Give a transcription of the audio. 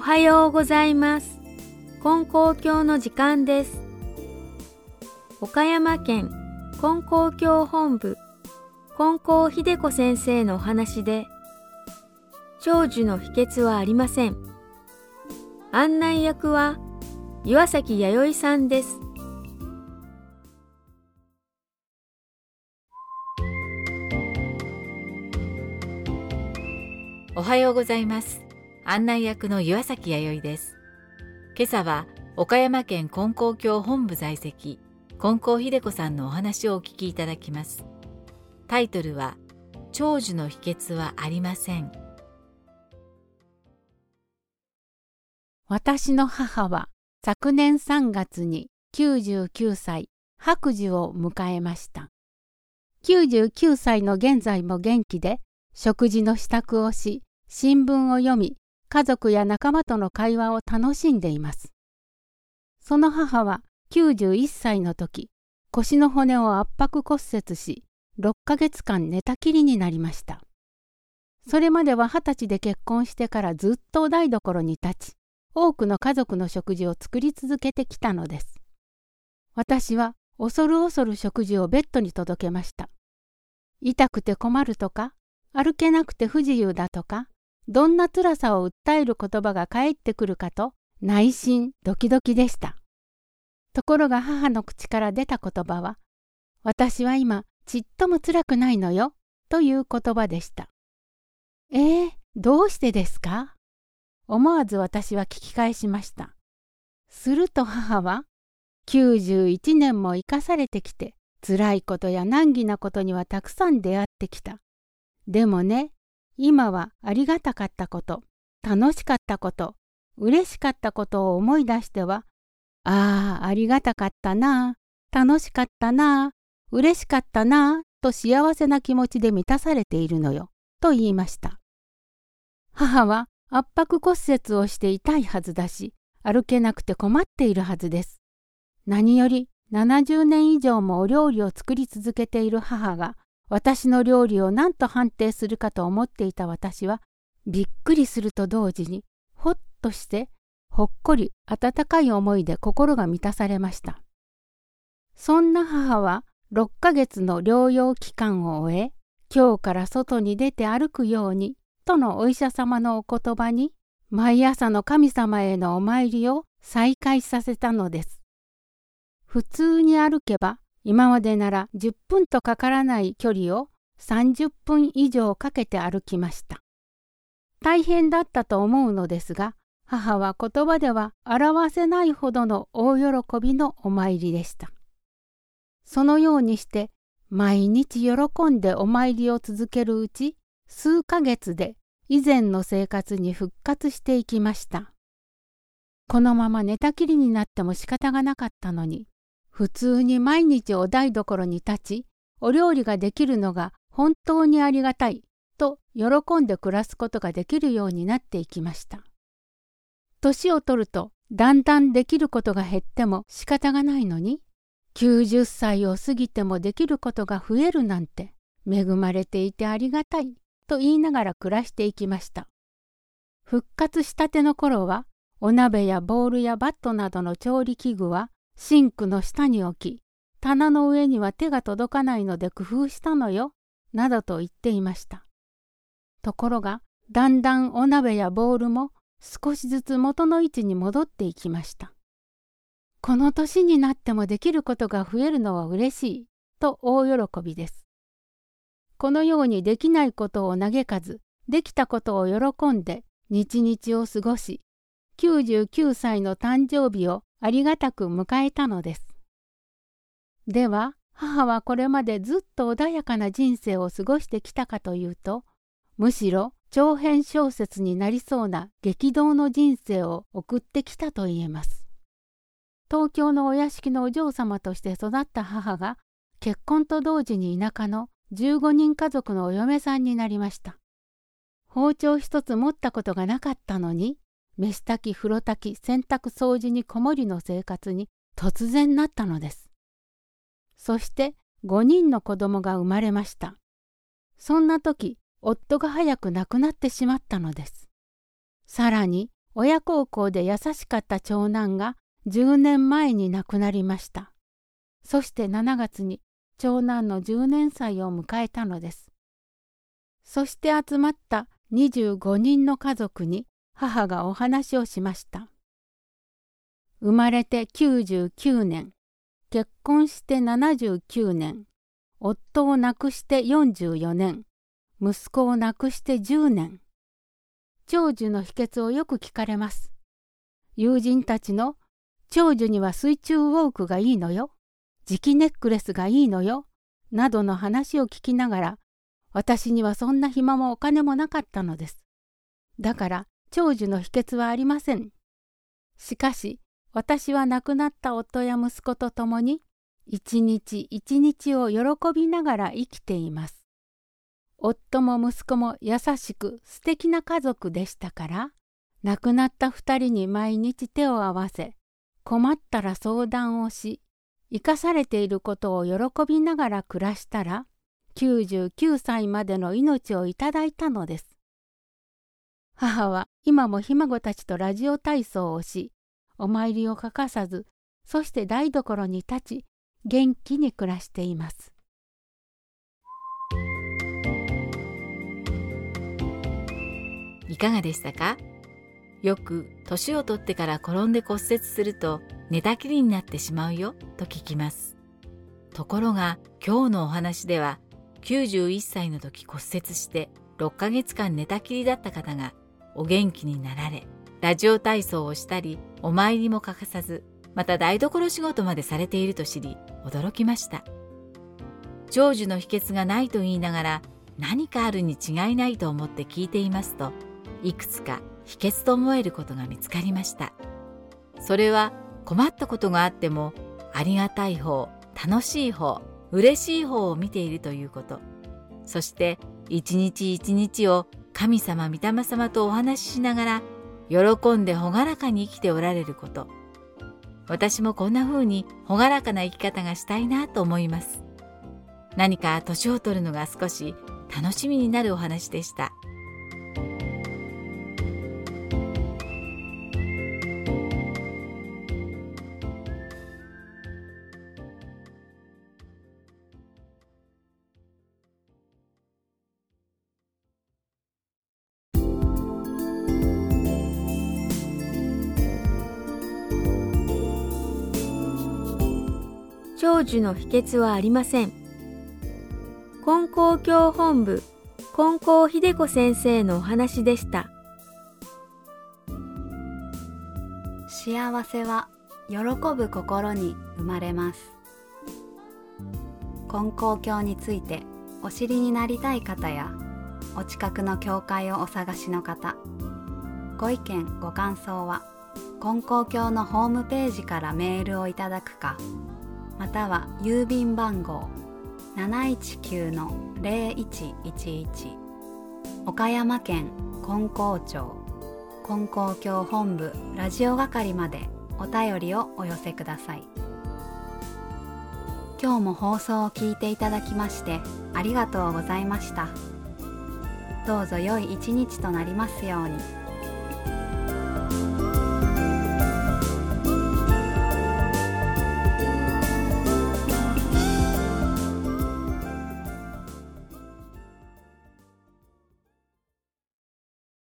はようございます。金光教の時間です。岡山県金光教本部金光秀子先生のお話で、長寿の秘訣はありません。案内役は岩崎弥生さんです。 おはようございます。案内役の岩崎弥生です。今朝は岡山県金光教本部在籍金光秀子さんのお話をお聞きいただきます。タイトルは長寿の秘訣はありません。 私の母は昨年3月に99歳白寿を迎えました。99歳の現在も元気で、食事の支度をし、新聞を読み、家族や仲間との会話を楽しんでいます。その母は91歳の時、腰の骨を圧迫骨折し、6ヶ月間寝たきりになりました。それまでは20歳で結婚してからずっとお台所に立ち、多くの家族の食事を作り続けてきたのです。私は恐る恐る食事をベッドに届けました。痛くて困るとか、歩けなくて不自由だとか、どんな辛さを訴える言葉が返ってくるかと内心ドキドキでした。ところが母の口から出た言葉は、私は今ちっとも辛くないのよという言葉でした。どうしてですか？思わず私は聞き返しました。すると母は、91年も生かされてきて、辛いことや難儀なことにはたくさん出会ってきた。でもね、今はありがたかったこと、楽しかったこと、嬉しかったことを思い出しては、ありがたかったな、楽しかったな、嬉しかったな、と幸せな気持ちで満たされているのよ、と言いました。母は圧迫骨折をして痛いはずだし、歩けなくて困っているはずです。何より70年以上もお料理を作り続けている母が、私の料理を何と判定するかと思っていた私は、びっくりすると同時に、ほっとして、ほっこり温かい思いで心が満たされました。そんな母は、6ヶ月の療養期間を終え、今日から外に出て歩くように、とのお医者様のお言葉に、毎朝の神様へのお参りを再開させたのです。普通に歩けば、今までなら10分とかからない距離を30分以上かけて歩きました。大変だったと思うのですが、母は言葉では表せないほどの大喜びのお参りでした。そのようにして毎日喜んでお参りを続けるうち、数ヶ月で以前の生活に復活していきました。このまま寝たきりになっても仕方がなかったのに、普通に毎日お台所に立ち、お料理ができるのが本当にありがたいと喜んで暮らすことができるようになっていきました。年を取るとだんだんできることが減っても仕方がないのに、90歳を過ぎてもできることが増えるなんて恵まれていてありがたいと言いながら暮らしていきました。復活したての頃は、お鍋やボウルやバットなどの調理器具はシンクの下に置き、棚の上には手が届かないので工夫したのよ、などと言っていました。ところが、だんだんお鍋やボウルも少しずつ元の位置に戻っていきました。この年になってもできることが増えるのは嬉しい、と大喜びです。このようにできないことを嘆かず、できたことを喜んで日々を過ごし、99歳の誕生日をありがたく迎えたのです。では、母はこれまでずっと穏やかな人生を過ごしてきたかというと、むしろ長編小説になりそうな激動の人生を送ってきたと言えます。東京のお屋敷のお嬢様として育った母が、結婚と同時に田舎の15人家族のお嫁さんになりました。包丁一つ持ったことがなかったのに、飯炊き、風呂炊き、洗濯掃除にこもりの生活に突然なったのです。そして5人の子供が生まれました。そんな時、夫が早く亡くなってしまったのです。さらに親孝行で優しかった長男が10年前に亡くなりました。そして7月に長男の10年祭を迎えたのです。そして集まった25人の家族に母がお話をしました。生まれて99年、結婚して79年、夫を亡くして44年、息子を亡くして10年。長寿の秘訣をよく聞かれます。友人たちの長寿には水中ウォークがいいのよ、磁気ネックレスがいいのよ、などの話を聞きながら、私にはそんな暇もお金もなかったのです。だから長寿の秘訣はありません。しかし私は亡くなった夫や息子と共に一日一日を喜びながら生きています。夫も息子も優しく素敵な家族でしたから、亡くなった2人に毎日手を合わせ、困ったら相談をし、生かされていることを喜びながら暮らしたら、99歳までの命をいただいたのです。母は今もひ孫たちとラジオ体操をし、お参りを欠かさず、そして台所に立ち、元気に暮らしています。 いかがでしたか？よく年を取ってから転んで骨折すると寝たきりになってしまうよと聞きます。ところが今日のお話では91歳の時骨折して6ヶ月間寝たきりだった方がお元気になられ、ラジオ体操をしたりお参りも欠かさず、また台所仕事までされていると知り驚きました。長寿の秘訣がないと言いながら何かあるに違いないと思って聞いていますと、いくつか秘訣と思えることが見つかりました。それは困ったことがあってもありがたい方、楽しい方、嬉しい方を見ているということ。そして一日一日を神様御霊様とお話ししながら喜んで朗らかに生きておられること。私もこんな風に朗らかな生き方がしたいなと思います。何か年を取るのが少し楽しみになるお話でした。 長寿の秘訣はありません。金光教本部金光秀子先生のお話でした。 幸せは喜ぶ心に生まれます。金光教についてお知りになりたい方や、お近くの教会をお探しの方、ご意見ご感想は金光教のホームページからメールをいただくか、または郵便番号 719-0111 岡山県金光町金光教本部ラジオ係までお便りをお寄せください。今日も放送を聞いていただきましてありがとうございました。どうぞ良い一日となりますように。